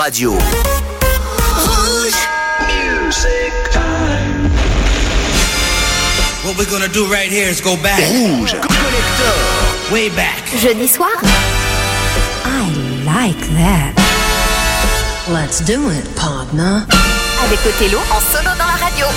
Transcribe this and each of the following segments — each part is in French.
radio. Music time. What we're gonna do right here is go back. Rouge Collector. Way back. Jeudi soir. I like that. Let's do it, partner. Avec Othello en solo dans la radio.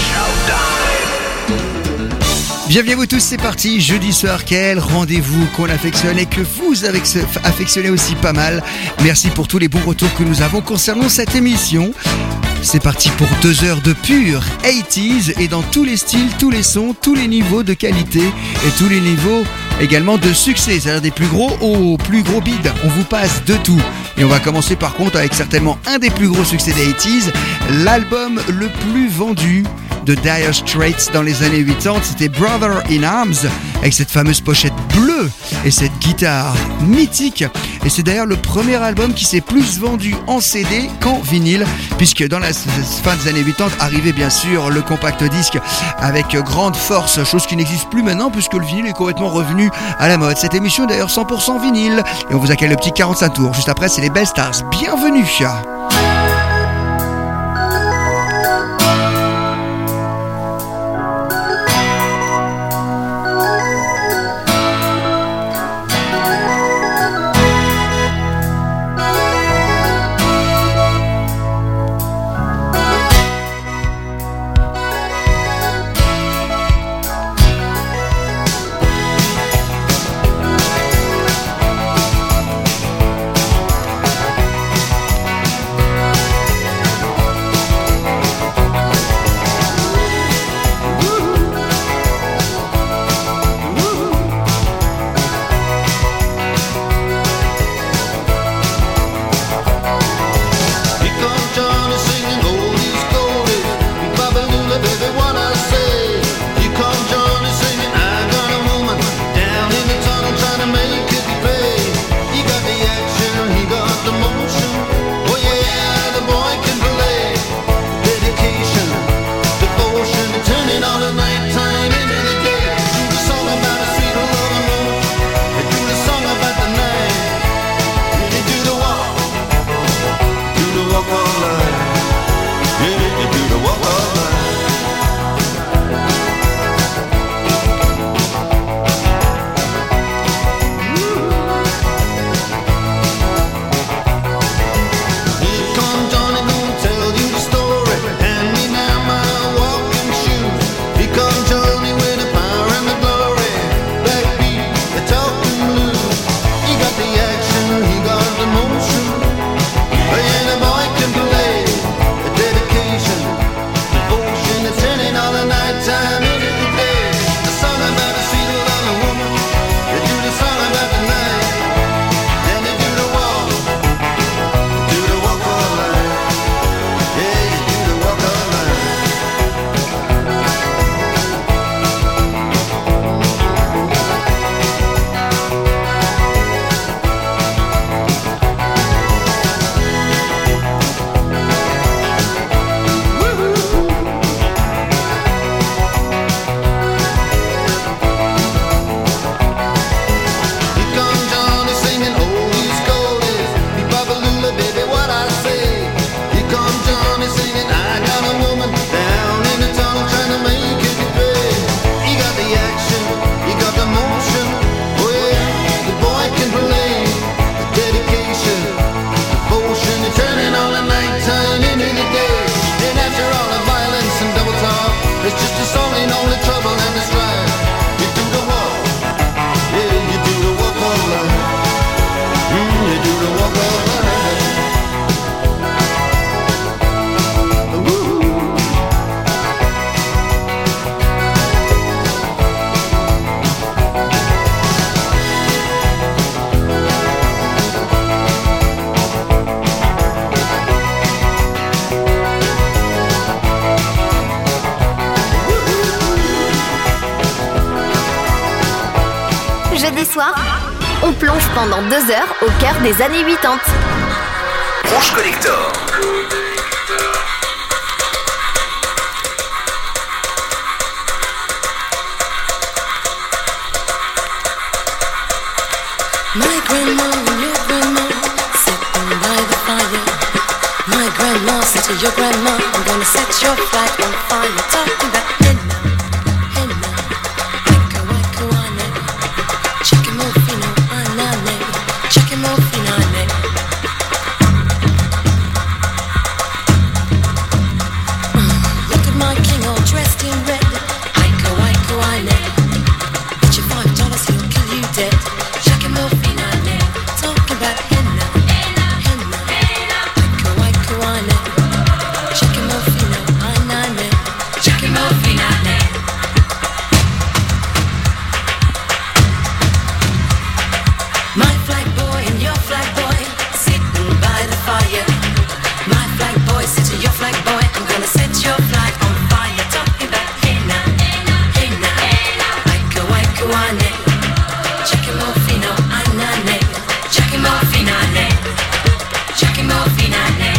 Bienvenue à vous tous, c'est parti. Jeudi soir, quel rendez-vous qu'on affectionne et que vous affectionnez aussi pas mal. Merci pour tous les bons retours que nous avons concernant cette émission. C'est parti pour 2 heures de pur 80s et dans tous les styles, tous les sons, tous les niveaux de qualité et tous les niveaux également de succès, c'est-à-dire des plus gros aux plus gros bids. On vous passe de tout. Et on va commencer par contre avec certainement un des plus gros succès des 80s, l'album le plus vendu de Dire Straits dans les années 80, c'était Brother in Arms, avec cette fameuse pochette bleue et cette guitare mythique. Et c'est d'ailleurs le premier album qui s'est plus vendu en CD qu'en vinyle, puisque dans la fin des années 80 arrivait bien sûr le compact disque avec grande force, chose qui n'existe plus maintenant puisque le vinyle est complètement revenu à la mode. Cette émission est d'ailleurs 100% vinyle et on vous accueille le petit 45 tours. Juste après, c'est les Best Stars. Bienvenue. Jeudi soir, on plonge pendant 2 heures au cœur des années 80. Rouge Collector. My grandma and your grandma sitting by the fire. to your grandma, I'm gonna set your flight on fire. Talking about henna, henna, wicca, wicca, wane, chicken morphine, anane, chicken morphine, ane. Look at my king all dressed in red. Wicca, wicca, wane. Bet you $5 he'll kill you dead. Chicken morphine, ane. Talking about henna, henna, henna, wicca, wicca, wane. Chicken morphine, anane, chicken morphine, ane. My flag boy and your flag boy sitting by the fire. My flag boy sitting your flag boy. I'm gonna set your flag on fire. Talking about henna, henna, henna, wicca, wicca, wane. Chicken morphine, anane, chicken morphine, ane, chicken morphine, ane.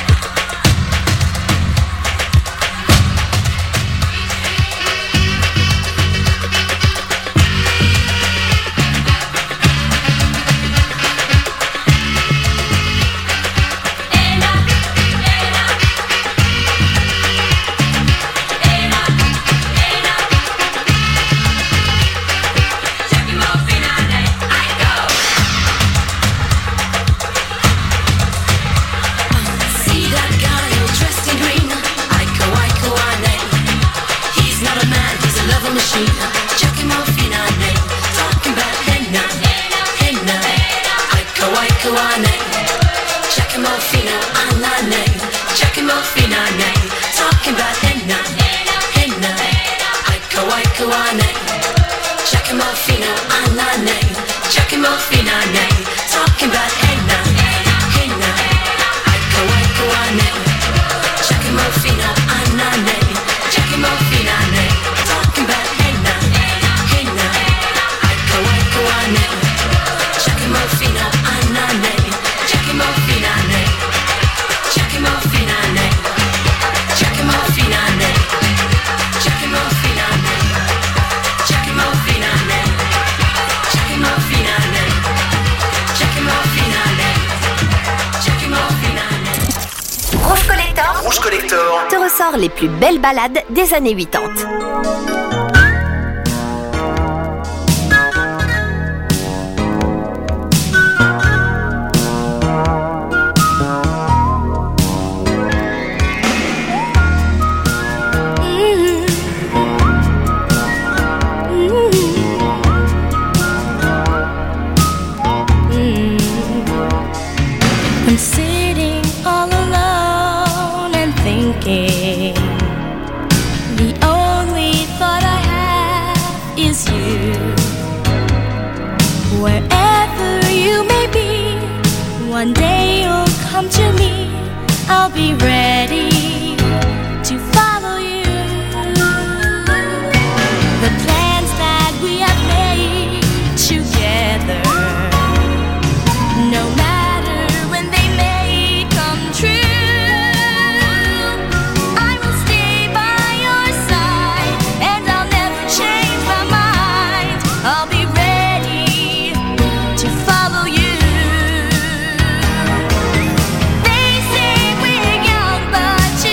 See that guy all dressed in green? Iko, Iko, ane. He's not a man, he's a love machine. Check him out, finane. Talking about henna, henna, Iko, Iko, ane. Check him out, fino, anane. Check him out, finane. Talking about henna, henna, Iko, Iko, ane. Check him out, fino, anane. Check him out, finane. Talking about henna, henna, Iko, Iko, ane. Check him out, fino, anane. Check him out, finane. Talking about henna, henna, Iko, Iko, ane. Check him out, fino, anane. Check him out, finane. Check him out, finane. Check him out, finane. Check him out, finane. Check him out, finane. Check him out, finane. Check him out, finane. Check him out, finane. Rouge Collector Rouge Collector. te ressort les plus belles ballades des années 80. I'm sitting all alone and thinking. The only thought I have is you. Wherever you may be, one day you'll come to me. I'll be ready to follow you. The plans that we have made together, no matter when they may come true, I will stay by your side and I'll never change my mind. I'll be ready to follow you. They say we're young, but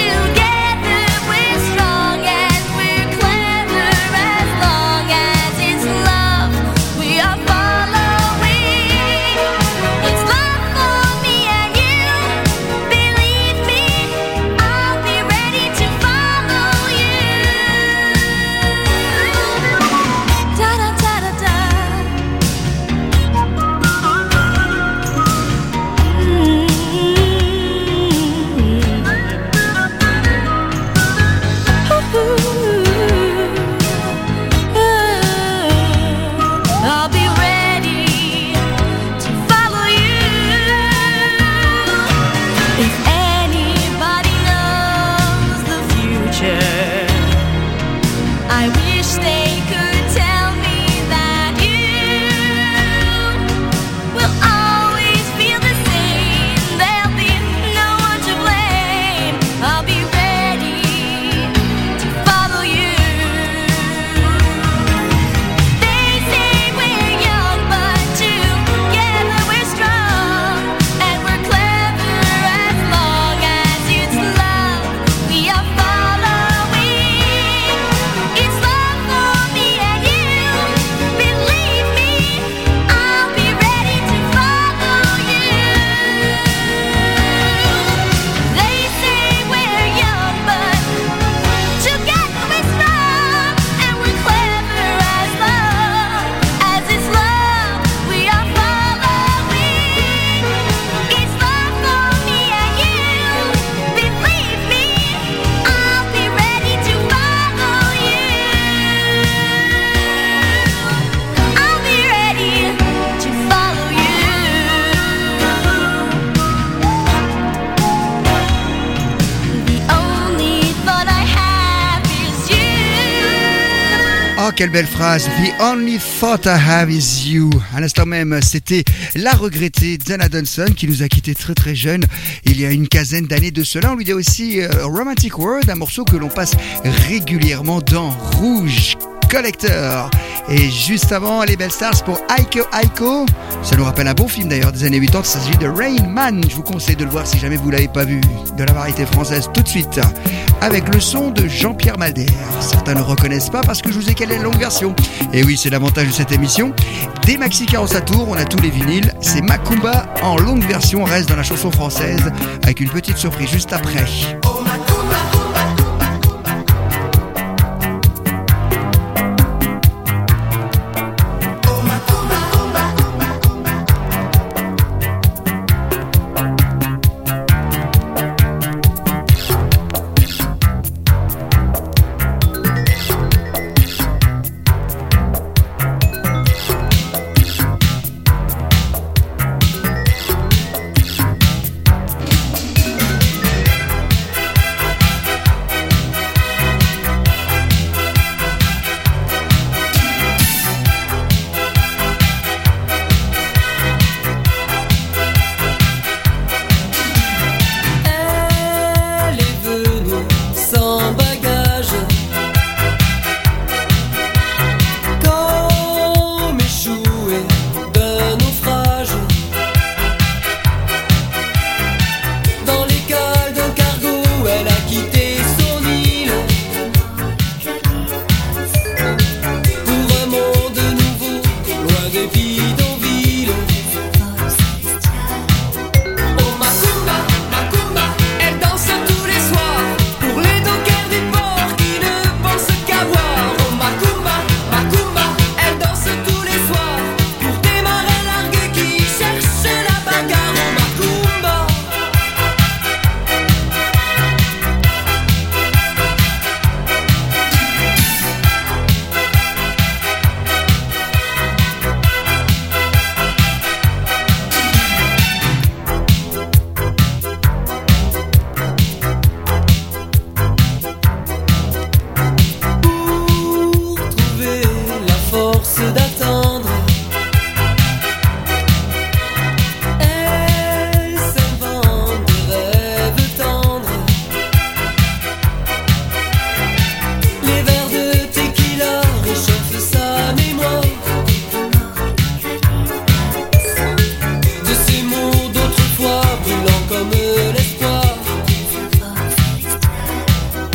quelle belle phrase. The only thought I have is you. À l'instant même, c'était la regrettée Dana Dunson qui nous a quittés très très jeune. Il y a une quinzaine d'années de cela. On lui dit aussi Romantic World, un morceau que l'on passe régulièrement dans Rouge Collector. Et juste avant, les belles stars pour Aiko Aiko. Ça nous rappelle un bon film d'ailleurs des années 80. Il s'agit de Rain Man. Je vous conseille de le voir si jamais vous l'avez pas vu. De la variété française tout de suite. Avec le son de Jean-Pierre Malder. Certains ne reconnaissent pas parce que je vous ai calé la longue version. Et oui, c'est l'avantage de cette émission. Des maxi 45 tours, on a tous les vinyles. C'est Macumba en longue version. On reste dans la chanson française avec une petite surprise juste après.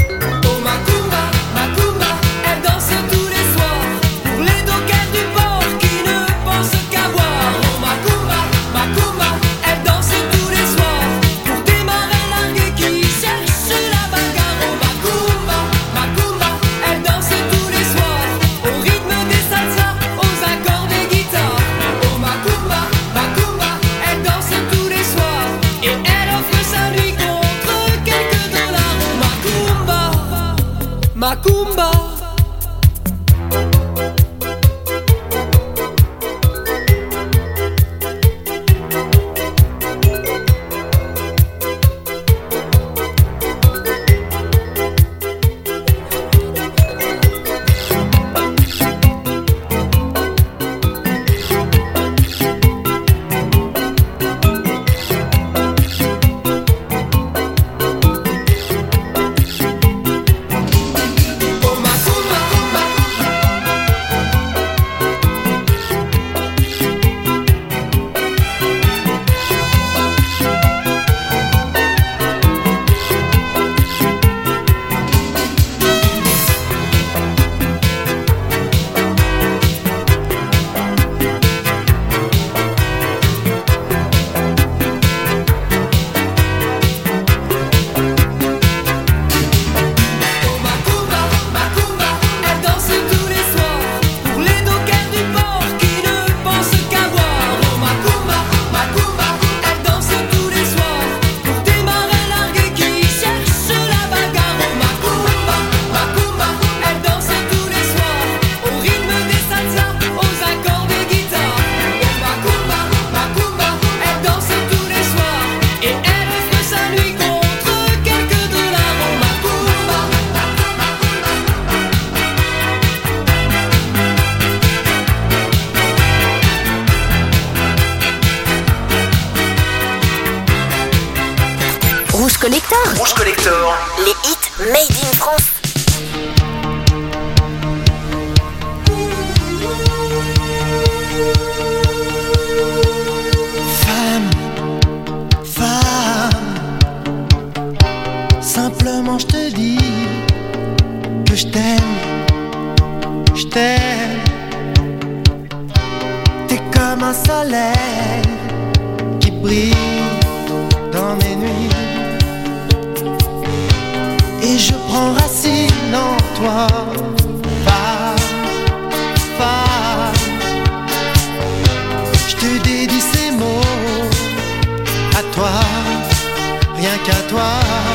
Macumba, elle danse tous les soirs pour les dockers du port Rouge Collector. Les hits made in France. Simplement je te dis que je t'aime, je t'aime. T'es comme un soleil qui brille dans mes nuits. Et je prends racine en toi, femme, femme. Je te dédie ces mots à toi, rien qu'à toi.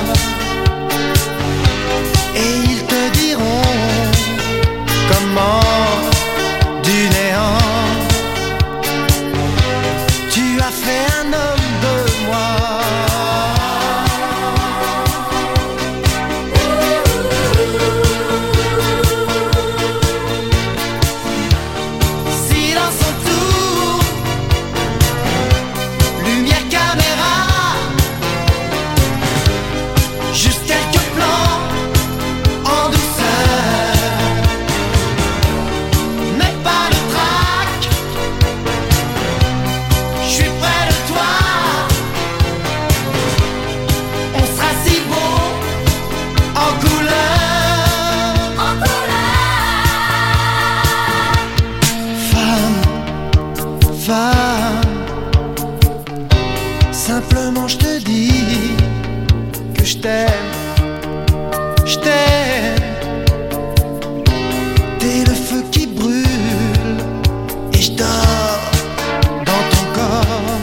Et ils te diront comment du néant tu as fait un homme de moi. Silence autour, lumière caméra, juste quelques plans en douceur, mais pas de trac. Je suis près de toi, on sera si beau en couleur, en couleur. Femme, femme, simplement je te dis que je t'aime. Je t'aime, t'es le feu qui brûle et je dors dans ton corps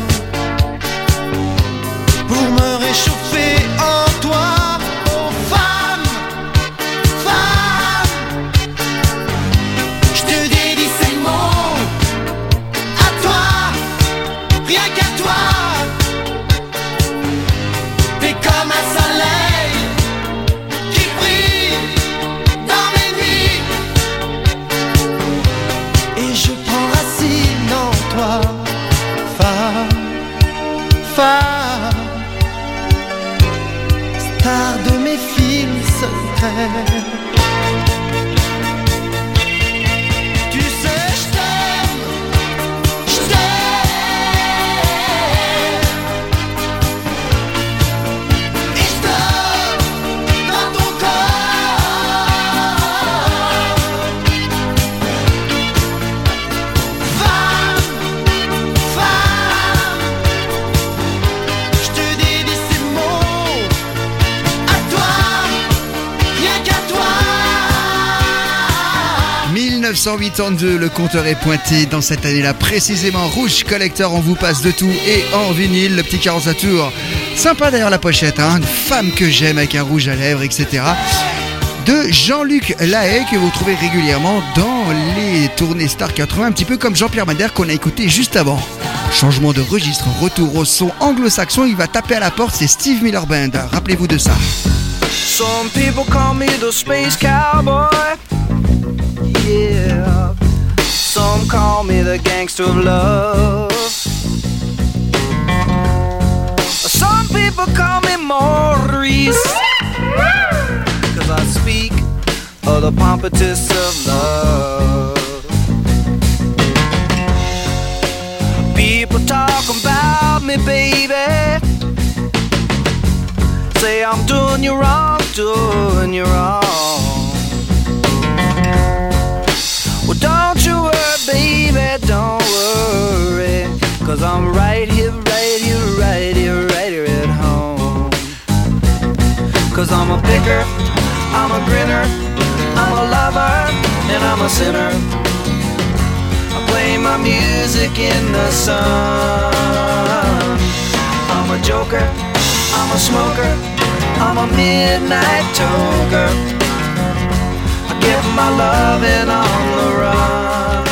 pour me réchauffer en toi. Oh femme, femme, je te dédie ces mots à toi, rien qu'à toi. T'es comme un soleil qui brille dans mes nuits. Et je prends racine en toi, femme, femme, star de mes films secrets. Tu sais, je t'aime, je t'aime. Et je dors dans ton corps. Femme, femme, je te dédie ces mots à toi, rien qu'à toi. 1982, le compteur est pointé dans cette année-là, précisément. Rouge Collector, on vous passe de tout et en vinyle, le petit 45 tours. Sympa d'ailleurs la pochette, hein, une femme que j'aime avec un rouge à lèvres, etc. De Jean-Luc Lahaye, que vous trouvez régulièrement dans les tournées Star 80, un petit peu comme Jean-Pierre Madère qu'on a écouté juste avant. Changement de registre, retour au son anglo-saxon, il va taper à la porte, c'est Steve Miller Band. Rappelez-vous de ça. Some people call me the space cowboy. Yeah. Some call me the gangster of love. Some people call me Maurice, 'cause I speak of the pompatus of love. People talk about me, baby, say I'm doing you wrong, doing you wrong. Well, don't you worry, baby, don't worry, 'cause I'm right here, right here, right here, right here at home. 'Cause I'm a picker, I'm a grinner, I'm a lover, and I'm a sinner. I play my music in the sun. I'm a joker, I'm a smoker, I'm a midnight toker. I get my loving on the run.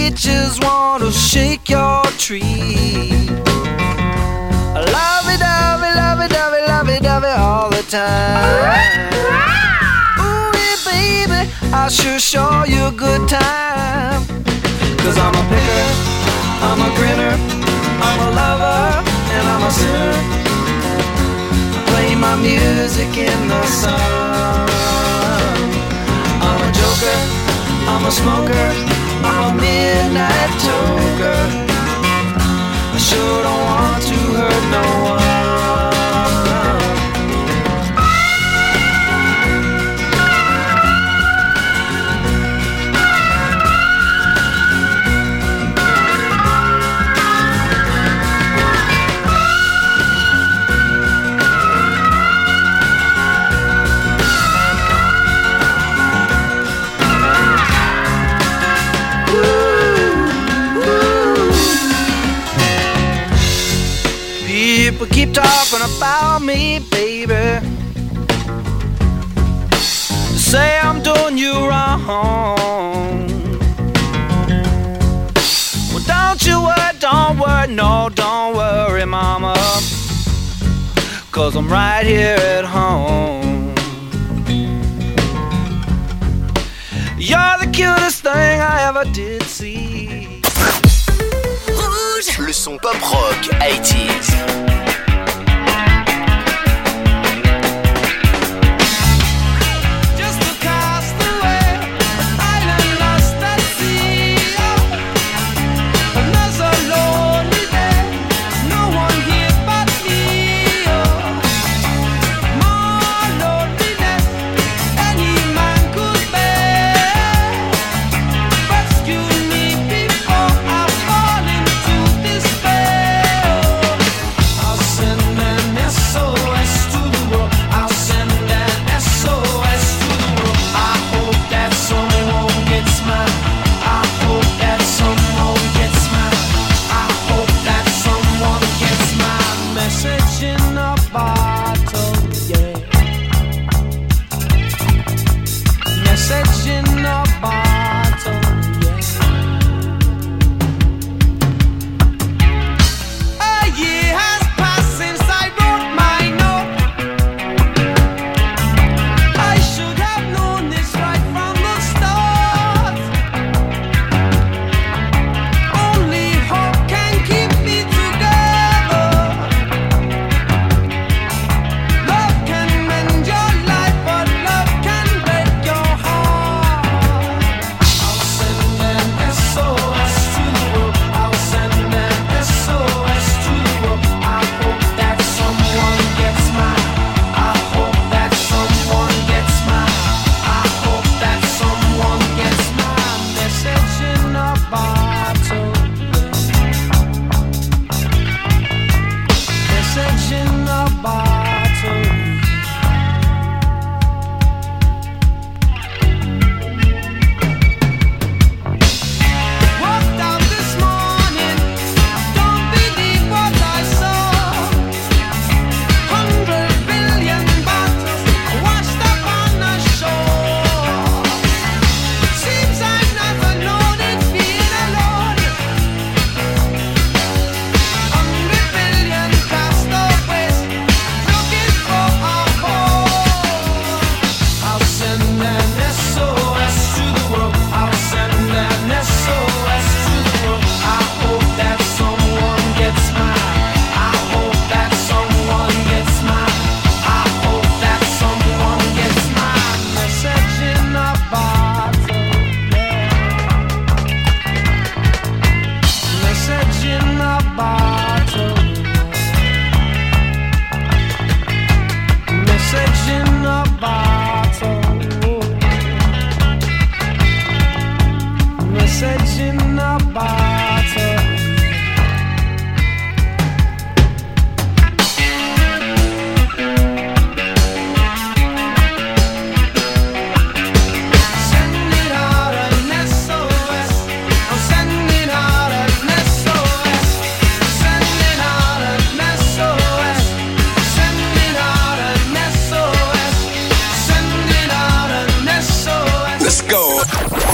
beaches want to shake your tree. Lovey-dovey, lovey-dovey, lovey-dovey all the time. Ooh, baby, I sure show you a good time. 'Cause I'm a picker, I'm a grinner, I'm a lover, and I'm a sinner. Play my music in the sun. I'm a joker, I'm a smoker, I'm a midnight toker. I sure don't want to hurt no one. People keep talking about me, baby. Say I'm doing you wrong. Well, don't worry, no, don't worry, mama. 'Cause I'm right here at home. You're the cutest thing I ever did see. Rouge, le son pop rock 80s.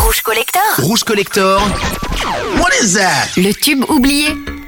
Rouge Collector. Rouge Collector. What is that? Le tube oublié.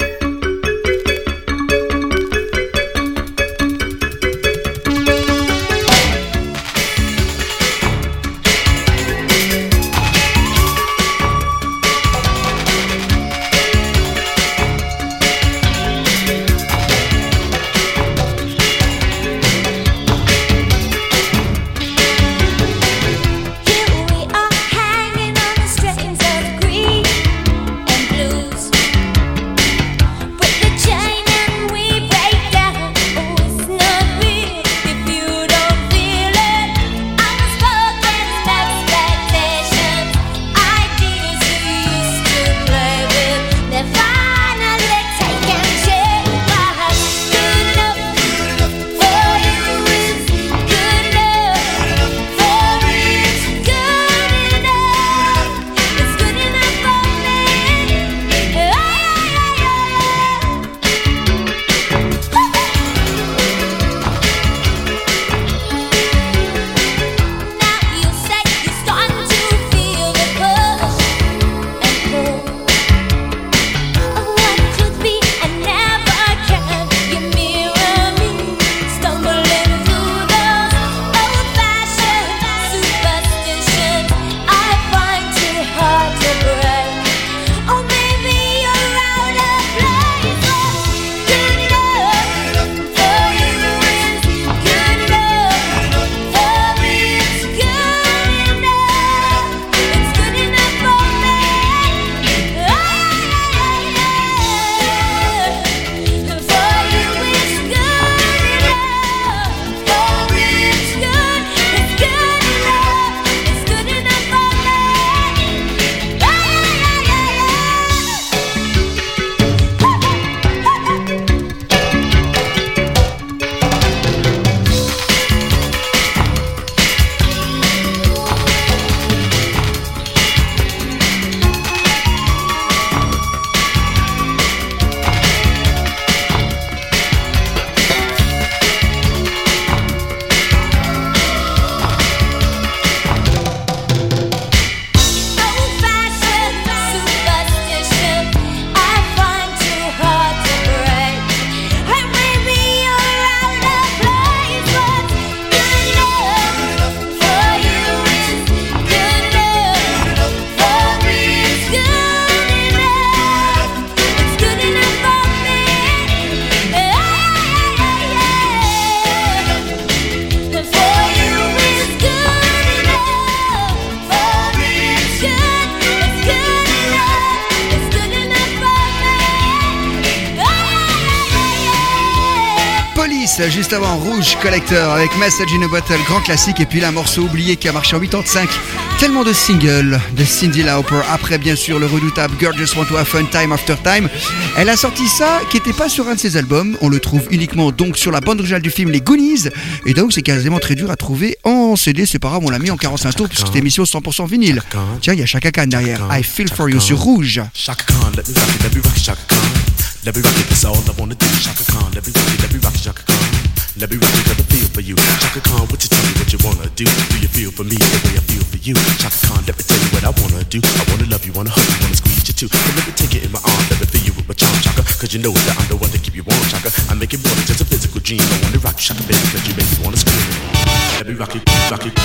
Juste avant Rouge Collector avec Message in a Bottle, grand classique, et puis là, un morceau oublié qui a marché en 85. Tellement de singles de Cyndi Lauper. Après, bien sûr, le redoutable Girl Just Want to Have Fun, Time After Time. Elle a sorti ça qui n'était pas sur un de ses albums. On le trouve uniquement donc sur la bande originale du film Les Goonies. Et donc, c'est quasiment très dur à trouver en CD. C'est pas grave, on l'a mis en 45 tours puisque c'était émission 100% vinyle. Tiens, il y a Chaka Khan derrière. I Feel For You sur Rouge. Chaka Khan, let me rock it, Chaka Khan. Let me rock it, that's all I wanna do. Chaka Khan, let me rock it, Chaka Khan. Let me rock it, let me feel for you. Chaka Khan, what you tell me what you wanna do? Do you feel for me the way I feel for you? Chaka Khan, let me tell you what I wanna do. I wanna love you, wanna hug you, wanna squeeze you too. But let me take it in my arms, let me feel you with my charm, Chaka. Cause you know that I'm the one to keep you warm, Chaka. I make it more than just a physical dream. I wanna rock you, Chaka, baby, cause you make me wanna scream. Let me rock it, rock it.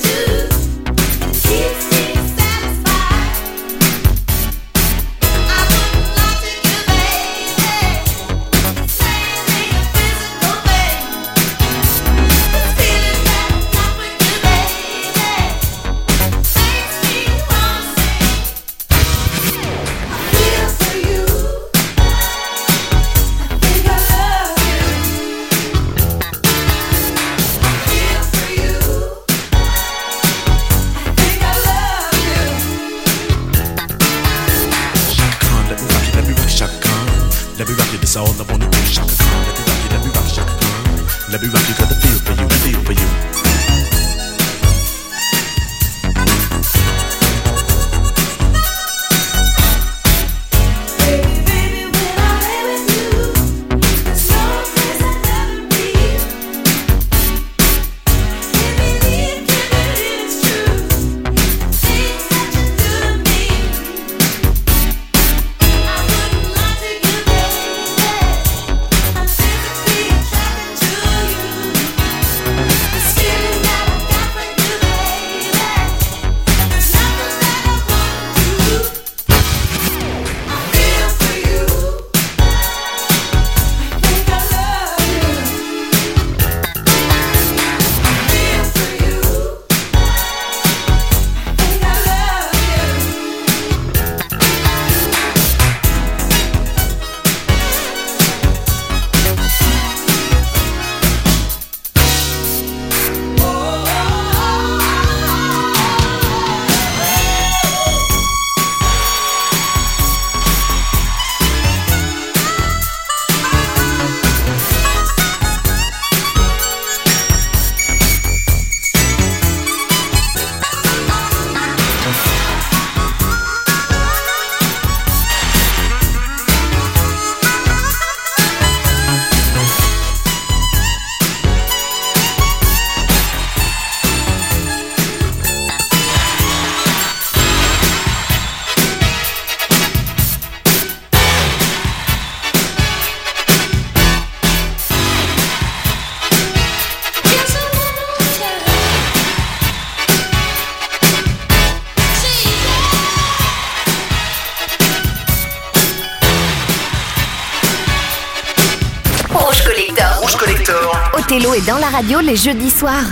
Keeps me satisfied. let me rock you, that's all I wanna do. Shaka Khan, let me rock you, Shaka Khan. Let me rock you, got the feel for you, feel for you. Othello est dans la radio les jeudis soirs.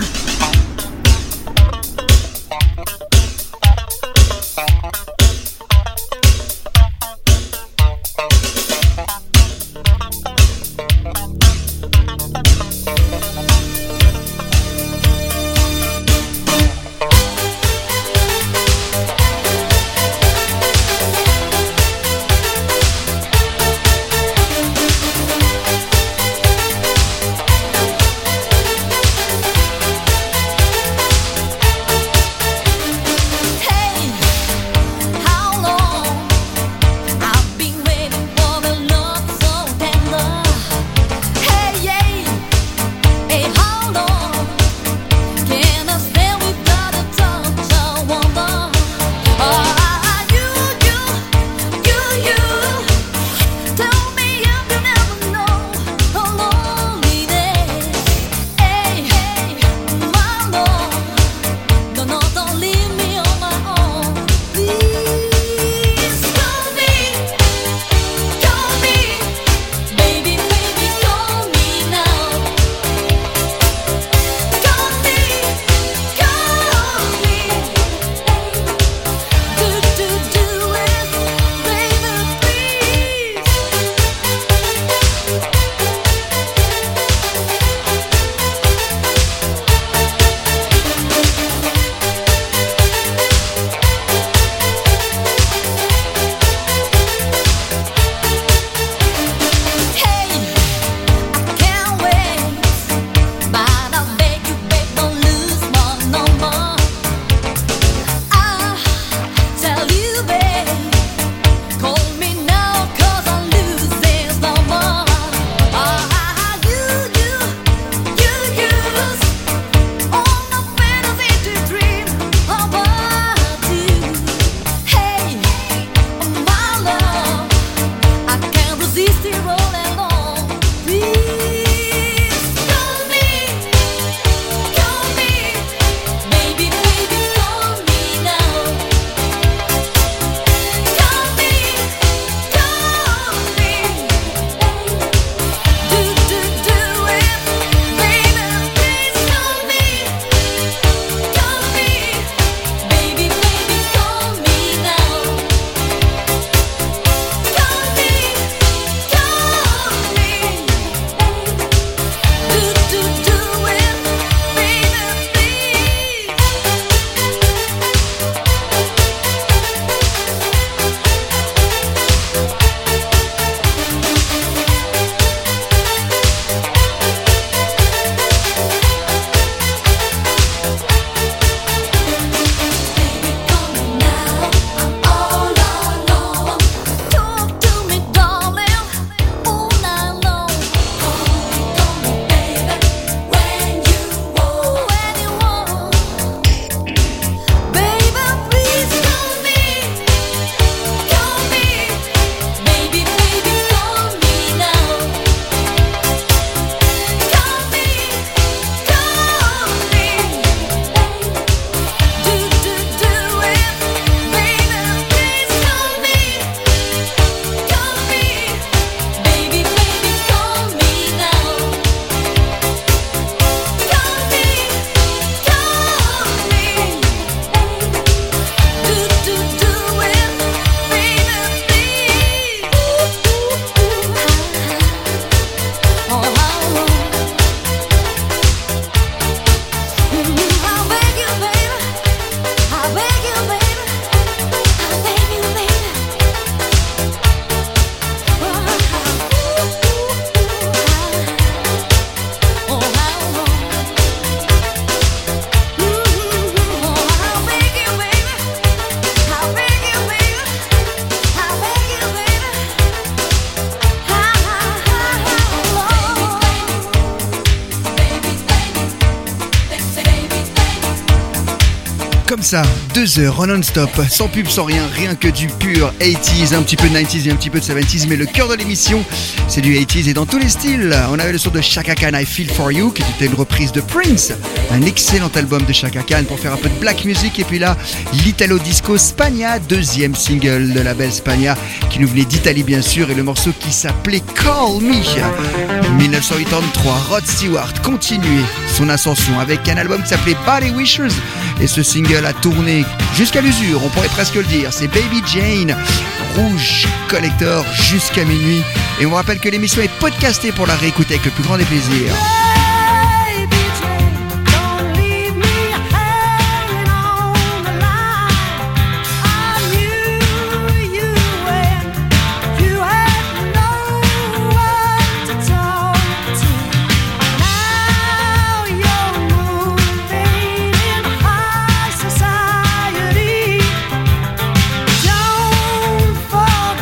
ça, 2 heures en non-stop, sans pub, sans rien, rien que du pur 80s, un petit peu de 90s et un petit peu de 70s, mais le cœur de l'émission, c'est du 80s et dans tous les styles. On avait le son de Chaka Khan, I Feel For You, qui était une reprise de Prince, un excellent album de Chaka Khan pour faire un peu de black music, et puis là, l'Italo Disco Spagna, 2e single de la belle Spagna, qui nous venait d'Italie bien sûr, et le morceau qui s'appelait Call Me. 1983, Rod Stewart continuait son ascension avec un album qui s'appelait Body Wishes, et ce single a tourné jusqu'à l'usure, on pourrait presque le dire. C'est Baby Jane, Rouge Collector jusqu'à minuit, et on vous rappelle que l'émission est podcastée pour la réécouter avec le plus grand des plaisirs.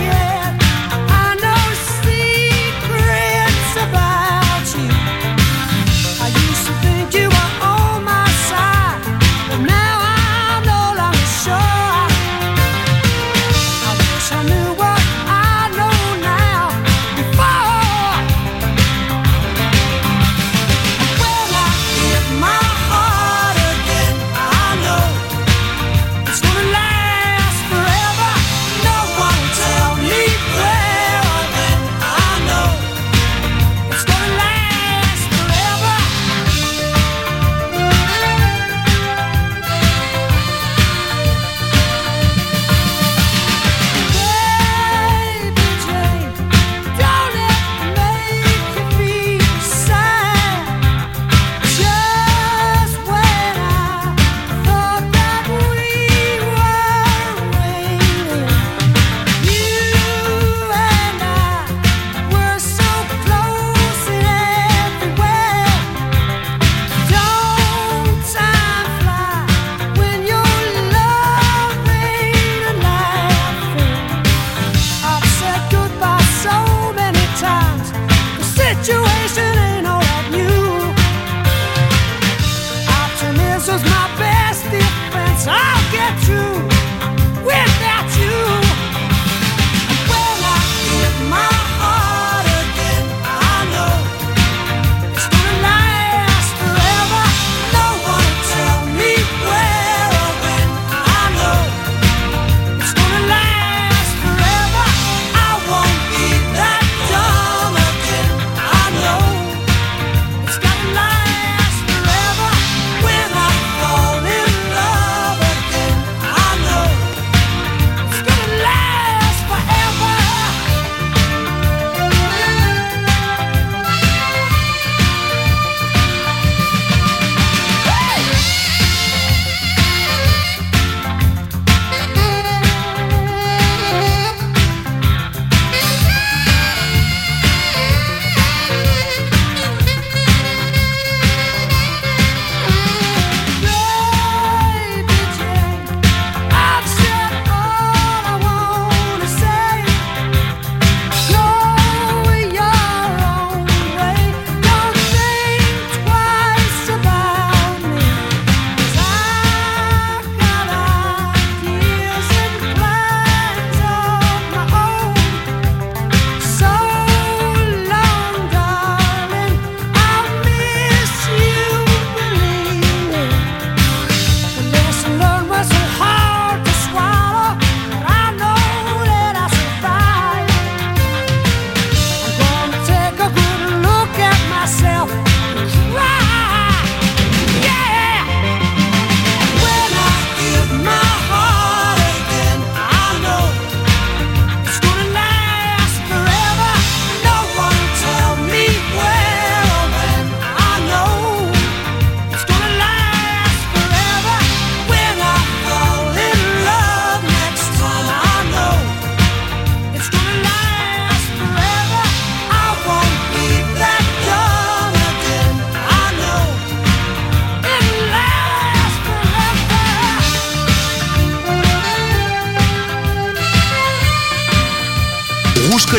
About you.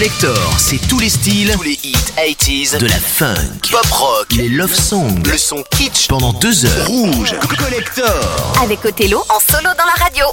Collector, c'est tous les styles, tous les hits 80s, de la funk, pop rock, les love songs, le son kitsch pendant 2 heures. Rouge Collector. Avec Othello en solo dans la radio.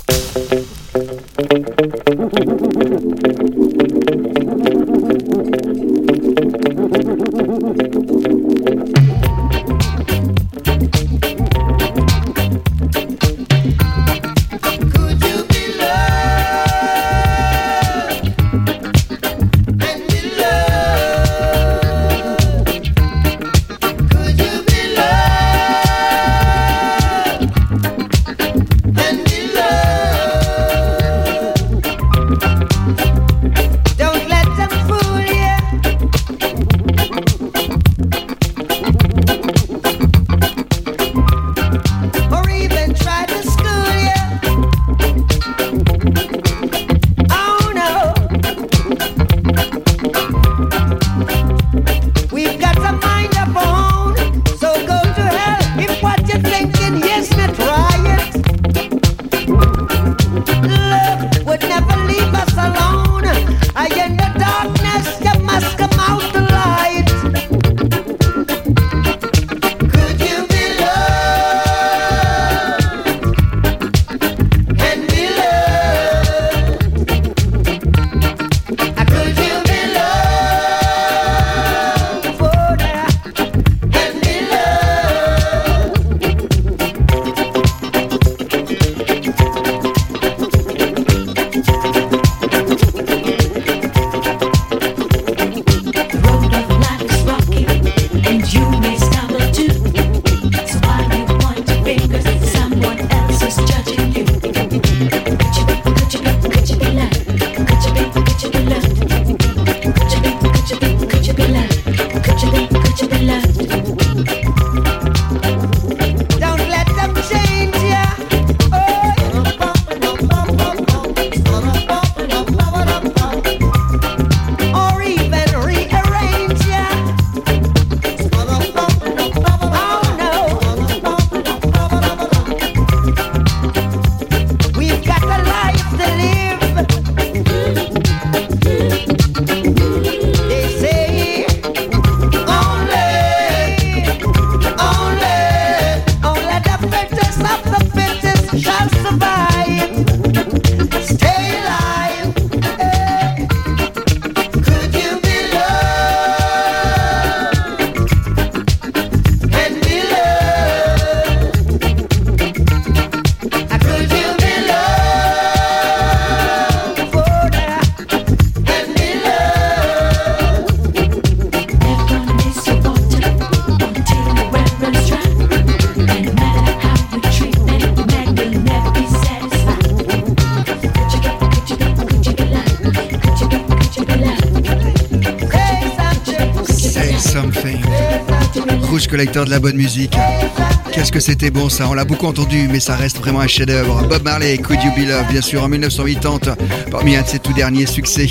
Collector de la bonne musique. Qu'est-ce que c'était bon ça, on l'a beaucoup entendu, mais ça reste vraiment un chef-d'œuvre. Bob Marley, Could You Be Loved, bien sûr, en 1980, parmi un de ses tout derniers succès.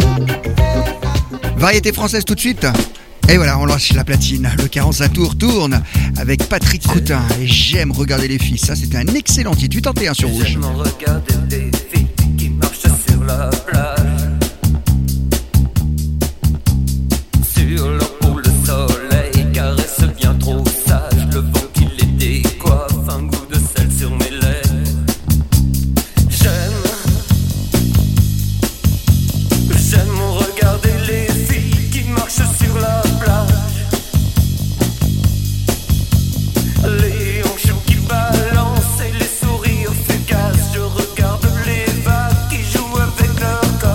Variété française tout de suite. Et voilà, on lâche la platine. Le 45 tours tourne avec Patrick Coutin et J'aime regarder les filles. Ça, c'était un excellent titre. 81 sur Rouge. J'aime regarder les filles qui marchent sur la plage. Sur leur peau, le soleil caresse bien trop sage. Le vent qui les décoiffe, un goût de sel sur mes lèvres. J'aime regarder les filles qui marchent sur la plage. Les hanches qui balancent et les sourires fugaces. Je regarde les vagues qui jouent avec leur corps.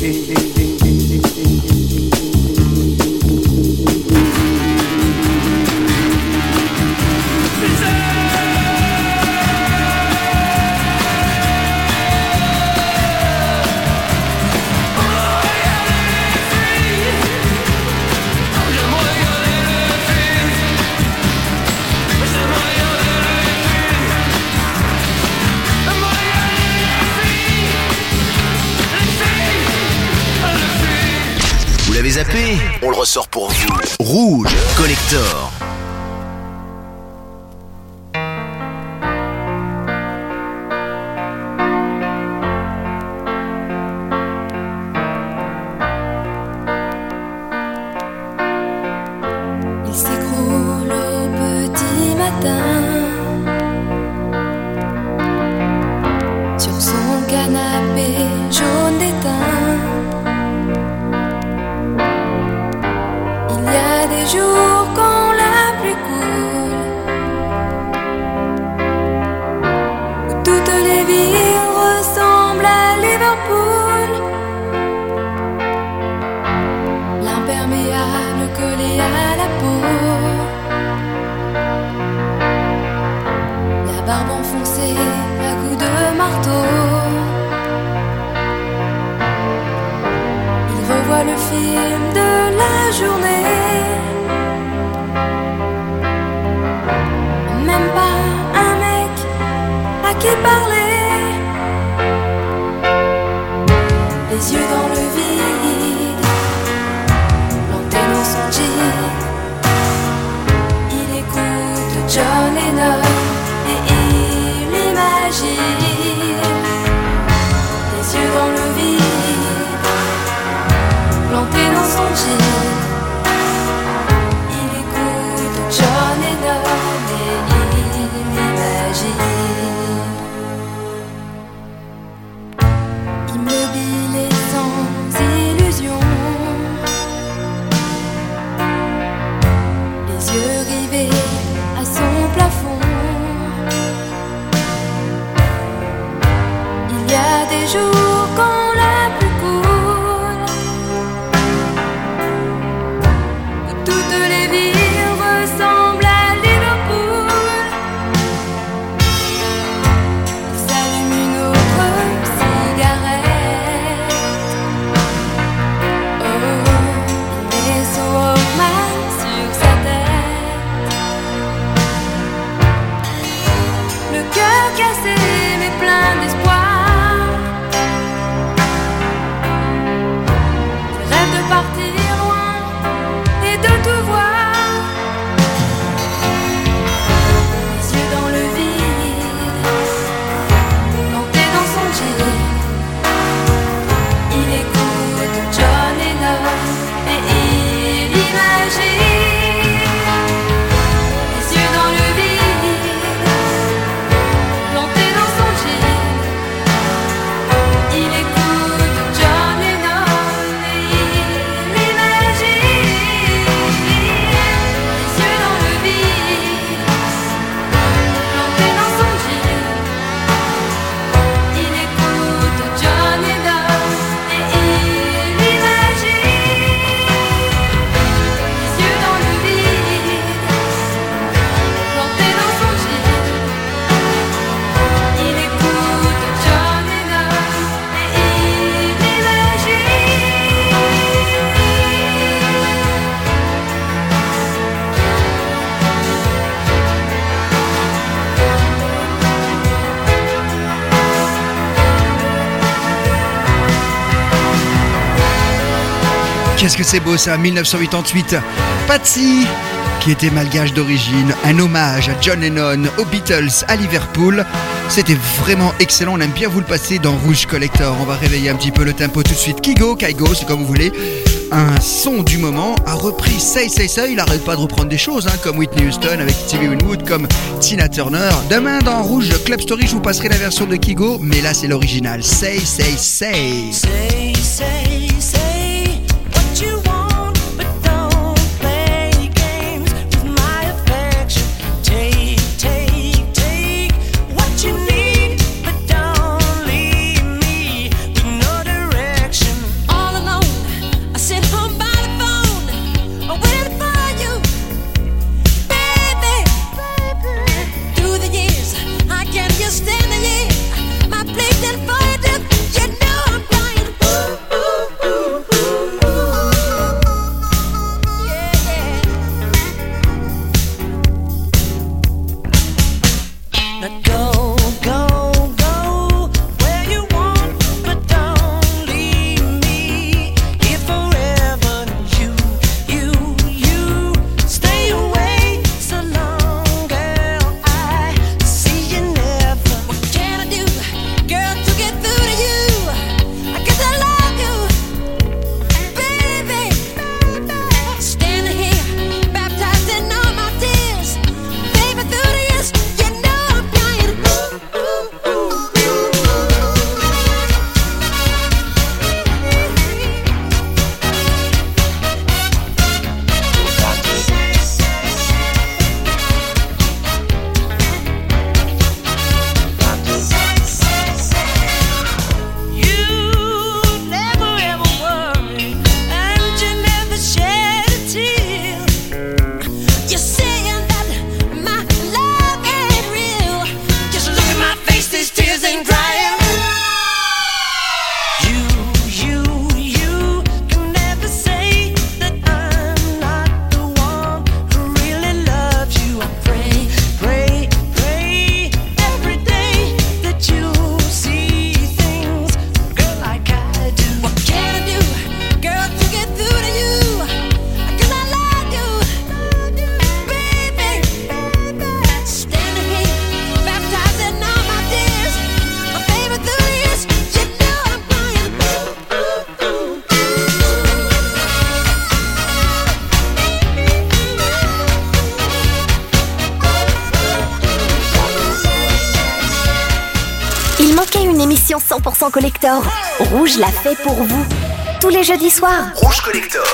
Vous l'avez zappé? On le ressort pour vous. Rouge Collector. Il s'écroule au petit matin sur son canapé jaune d'étain. Il y a des jours quand la pluie coule, où toutes les villes ressemblent à Liverpool. L'imperméable collé à la peau, la barbe enfoncée à coups de marteau. Il revoit le film de la journée, même pas un mec à qui parler. Les yeux dans le vide, planté dans son jean, il écoute John Lennon et il imagine. Les yeux dans le vide, planté dans son jean, il écoute John Lennon et il imagine. Immobile et sans illusion, les yeux rivés à son plafond. Il y a des jours quand la pluie coule, où toutes les villes ressemblent à Liverpool. Il s'allume une autre cigarette. Oh, il met son Walkman sur sa tête. Le cœur cassé mais plein d'espoir. Il rêve de partir loin et de tout voir. Les yeux dans le vide, planté dans son jean, il écoute John Lennon et il imagine. Les yeux dans le vide, planté dans son jean, il écoute John Lennon et il imagine. Les yeux dans le vide, planté dans son jean, il écoute John Lennon et il imagine. Les yeux dans le vide, planté dans son jean, il écoute John Lennon et il imagine. Qu'est-ce que c'est beau ça, 1988. Patsy, qui était malgache d'origine, un hommage à John Lennon, aux Beatles, à Liverpool. C'était vraiment excellent, on aime bien vous le passer dans Rouge Collector. On va réveiller un petit peu le tempo tout de suite. Kaigo, c'est comme vous voulez. Un son du moment a repris Say Say Say. Il arrête pas de reprendre des choses comme Whitney Houston avec Stevie Winwood, comme Tina Turner. Demain dans Rouge Club Story, je vous passerai la version de Kaigo, mais là c'est l'original. Say Say Say. Say, say, say what you want, but don't play games with my affection. Take, take, take what you need, but don't leave me with no direction. émission 100% collector. Rouge l'a fait pour vous. Tous les jeudis soirs. Rouge Collector.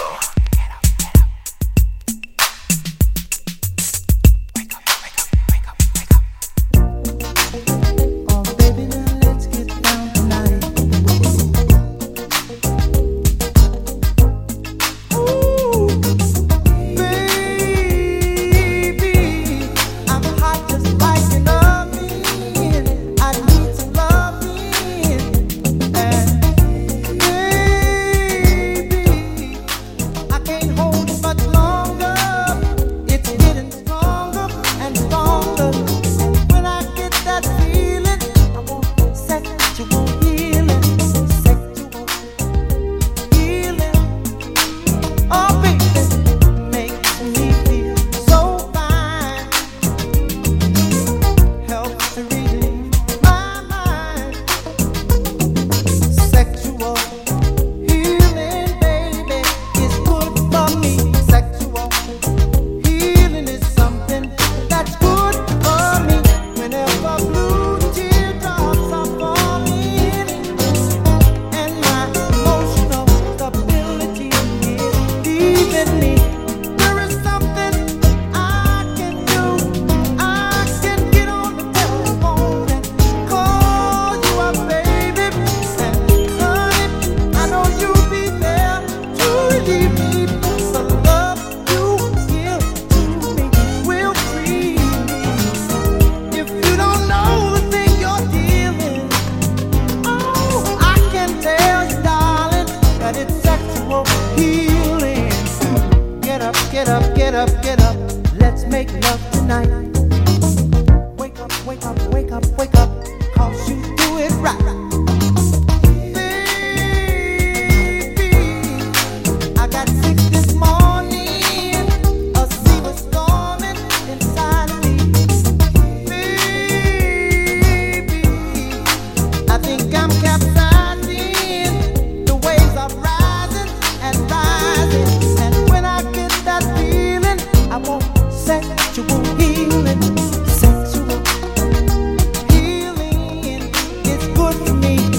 Sexual healing is good for me.